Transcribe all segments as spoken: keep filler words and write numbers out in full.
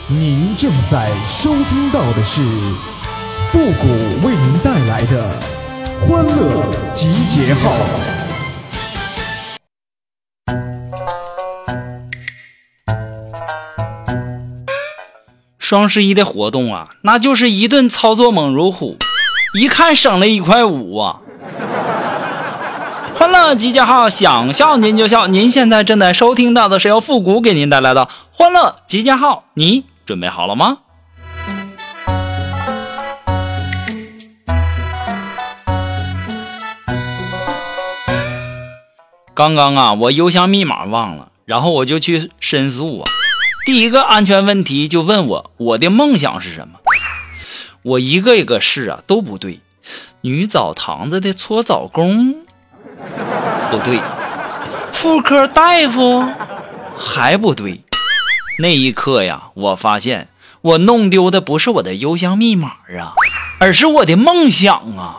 您正在收听到的是复古为您带来的欢乐集结号。 双十一的活动啊，那就是一顿操作猛如虎，一看省了一块五啊！欢乐集结号，想笑您就笑。您现在正在收听到的是由复古给您带来的欢乐集结号，你准备好了吗？刚刚啊，我邮箱密码忘了，然后我就去申诉啊。第一个安全问题就问我我的梦想是什么，我一个一个试啊都不对。女澡堂子的搓澡工不对，妇科大夫还不对。那一刻呀，我发现我弄丢的不是我的邮箱密码啊，而是我的梦想啊。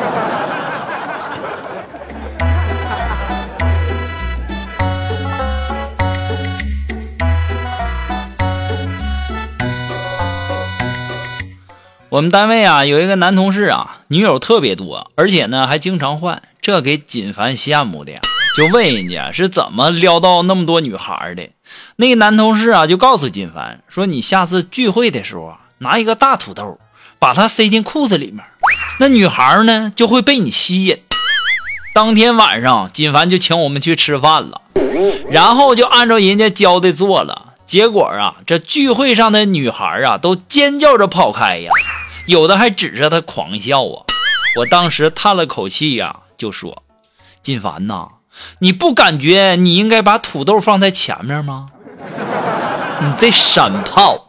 我们单位啊有一个男同事啊，女友特别多，而且呢还经常换，这给锦凡羡慕的呀，就问人家是怎么撩到那么多女孩的。那个男同事啊就告诉锦凡说，你下次聚会的时候啊，拿一个大土豆把它塞进裤子里面，那女孩呢就会被你吸引。当天晚上锦凡就请我们去吃饭了，然后就按照人家教的做了，结果啊这聚会上的女孩啊都尖叫着跑开呀，有的还指着他狂笑啊！我当时叹了口气呀、啊，就说：“锦凡呐，你不感觉你应该把土豆放在前面吗？你这闪炮！”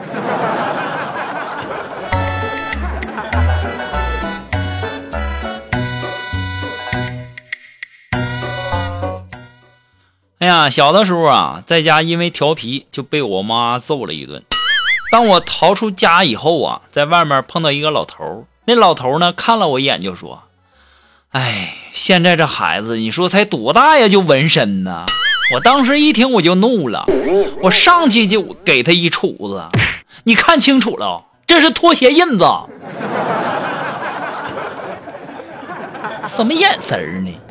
哎呀，小的时候啊，在家因为调皮就被我妈揍了一顿。当我逃出家以后啊，在外面碰到一个老头，那老头呢看了我一眼就说：“哎，现在这孩子，你说才多大呀就纹身呢？”我当时一听我就怒了，我上去就给他一杵子。你看清楚了，这是拖鞋印子。什么眼神呢？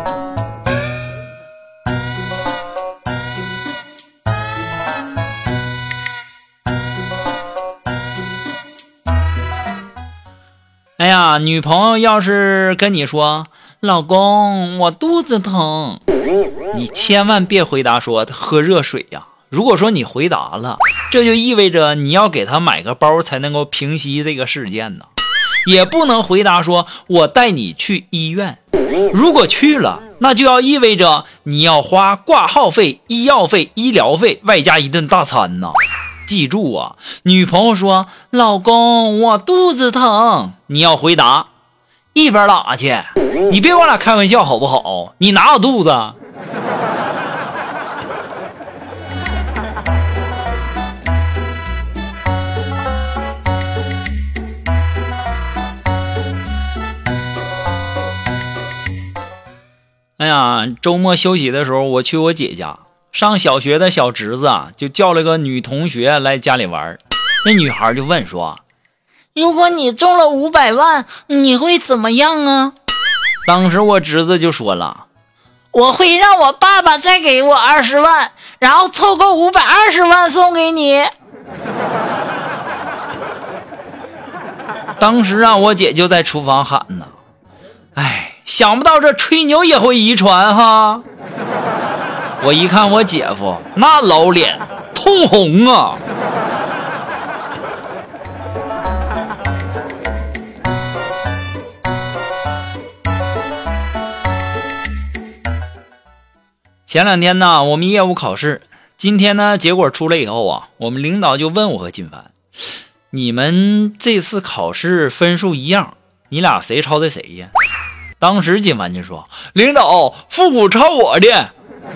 哎呀，女朋友要是跟你说老公我肚子疼，你千万别回答说喝热水呀。如果说你回答了，这就意味着你要给她买个包才能够平息这个事件呢。也不能回答说我带你去医院，如果去了，那就要意味着你要花挂号费、医药费、医疗费，外加一顿大餐呢。记住啊，女朋友说老公我肚子疼，你要回答一边拉去，你别跟我俩开玩笑好不好？你哪有肚子？哎呀，周末休息的时候我去我姐家，上小学的小侄子啊，就叫了个女同学来家里玩。那女孩就问说：“如果你中了五百万，你会怎么样啊？”当时我侄子就说了：“我会让我爸爸再给我二十万，然后凑够五百二十万送给你。”当时啊，我姐就在厨房喊呢：“哎，想不到这吹牛也会遗传哈！”我一看我姐夫那老脸通红啊。前两天呢，我们业务考试，今天呢结果出来以后啊，我们领导就问我和金凡，你们这次考试分数一样，你俩谁抄的谁呀？当时金凡就说，领导，复古抄我的。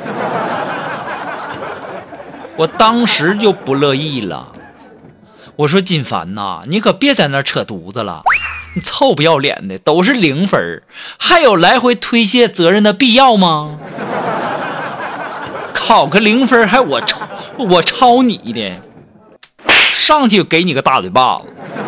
我当时就不乐意了，我说金凡呐，你可别在那扯犊子了，你臭不要脸的，都是零分，还有来回推卸责任的必要吗？考个零分还我抄我抄你的。 上去给你个大嘴巴子。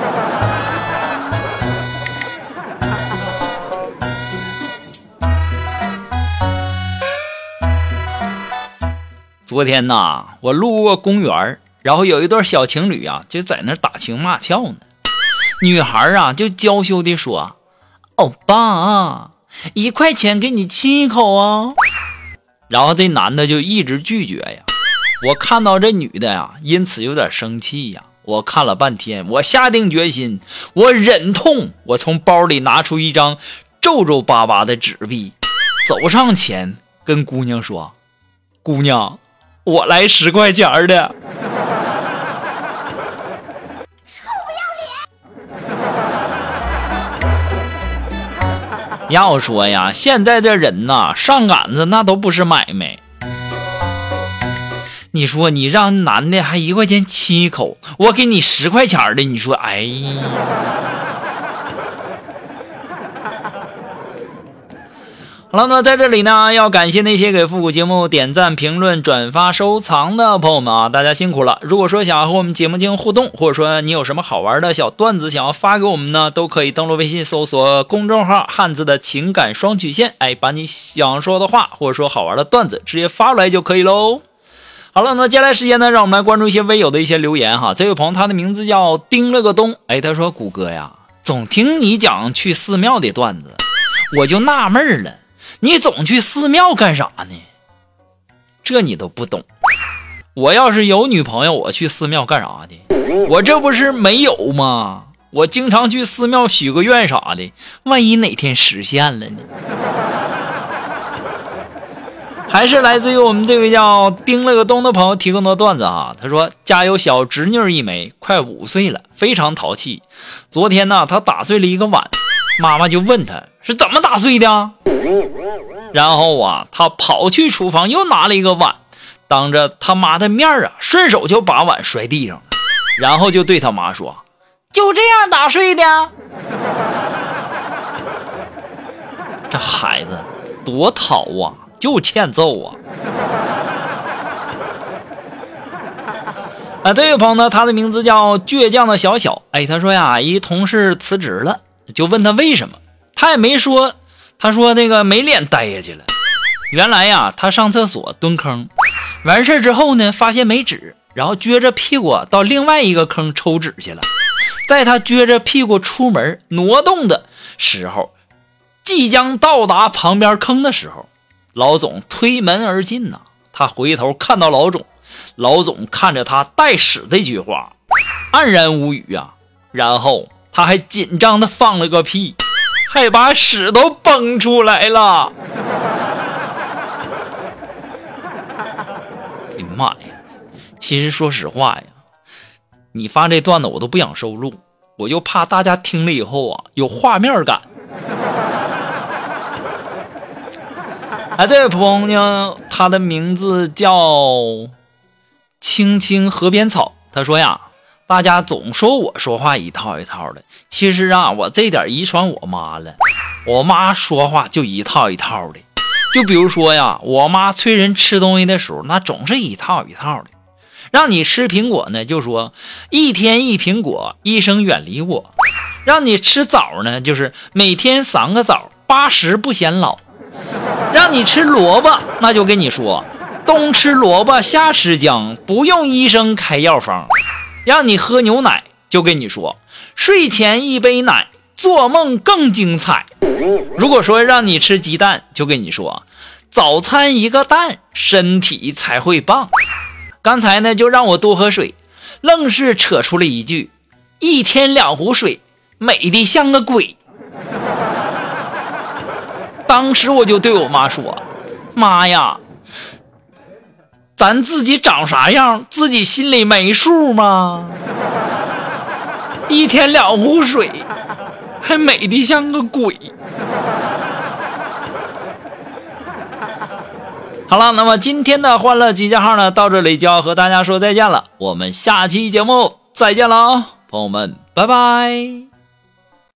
昨天呐，我路过公园，然后有一对小情侣啊，就在那打情骂俏呢。女孩啊，就娇羞地说：“欧巴，一块钱给你亲一口啊。”然后这男的就一直拒绝呀。我看到这女的呀，因此有点生气呀。我看了半天，我下定决心，我忍痛，我从包里拿出一张皱皱巴巴的纸币，走上前跟姑娘说：“姑娘，我来十块钱的。”臭不要脸！要说呀，现在这人呐，上杆子那都不是买卖。你说你让男的还一块钱亲一口，我给你十块钱的，你说哎呀。好了，那在这里呢，要感谢那些给复古节目点赞、评论、转发、收藏的朋友们啊，大家辛苦了。如果说想要和我们节目进行互动，或者说你有什么好玩的小段子想要发给我们呢，都可以登录微信搜索公众号汉字的情感双曲线，哎，把你想说的话或者说好玩的段子直接发出来就可以喽。好了，那接下来时间呢，让我们来关注一些微友的一些留言哈。这位朋友他的名字叫丁了个东，哎，他说：“谷歌呀，总听你讲去寺庙的段子，我就纳闷了，你总去寺庙干啥呢？这你都不懂。我要是有女朋友，我去寺庙干啥的？我这不是没有吗？我经常去寺庙许个愿啥的，万一哪天实现了呢？”还是来自于我们这位叫丁了个东的朋友提供的段子啊。他说家有小侄女一枚，快五岁了，非常淘气。昨天呢，他打碎了一个碗，妈妈就问他是怎么打碎的，然后啊，他跑去厨房又拿了一个碗，当着他妈的面啊，顺手就把碗摔地上了，然后就对他妈说：“就这样打碎的。”这孩子多淘啊，就欠揍啊！啊，这位朋友呢，他的名字叫倔强的小小。哎，他说呀，一同事辞职了，就问他为什么，他也没说，他说那个没脸待下去了。原来呀，他上厕所蹲坑，完事之后呢，发现没纸，然后撅着屁股到另外一个坑抽纸去了。在他撅着屁股出门挪动的时候，即将到达旁边坑的时候，老总推门而进呐，他回头看到老总，老总看着他带屎这句话，黯然无语啊。然后他还紧张的放了个屁，还把屎都崩出来了。哎呀妈呀！其实说实话呀，你发这段子我都不想收录，我就怕大家听了以后啊有画面感。啊，这位朋友他的名字叫青青河边草。他说呀，大家总说我说话一套一套的，其实啊，我这点遗传我妈了。我妈说话就一套一套的，就比如说呀，我妈催人吃东西的时候，那总是一套一套的。让你吃苹果呢，就说一天一苹果，医生远离我。让你吃枣呢，就是每天三个枣，八十不显老。让你吃萝卜，那就跟你说冬吃萝卜夏吃姜，不用医生开药方。让你喝牛奶，就跟你说睡前一杯奶，做梦更精彩。如果说让你吃鸡蛋，就跟你说早餐一个蛋，身体才会棒。刚才呢就让我多喝水，愣是扯出了一句一天两壶水，美的像个鬼。当时我就对我妈说，妈呀，咱自己长啥样自己心里没数吗？一天两壶水还美的像个鬼。好了，那么今天的欢乐集结号呢，到这里就要和大家说再见了，我们下期节目再见了，朋友们，拜拜。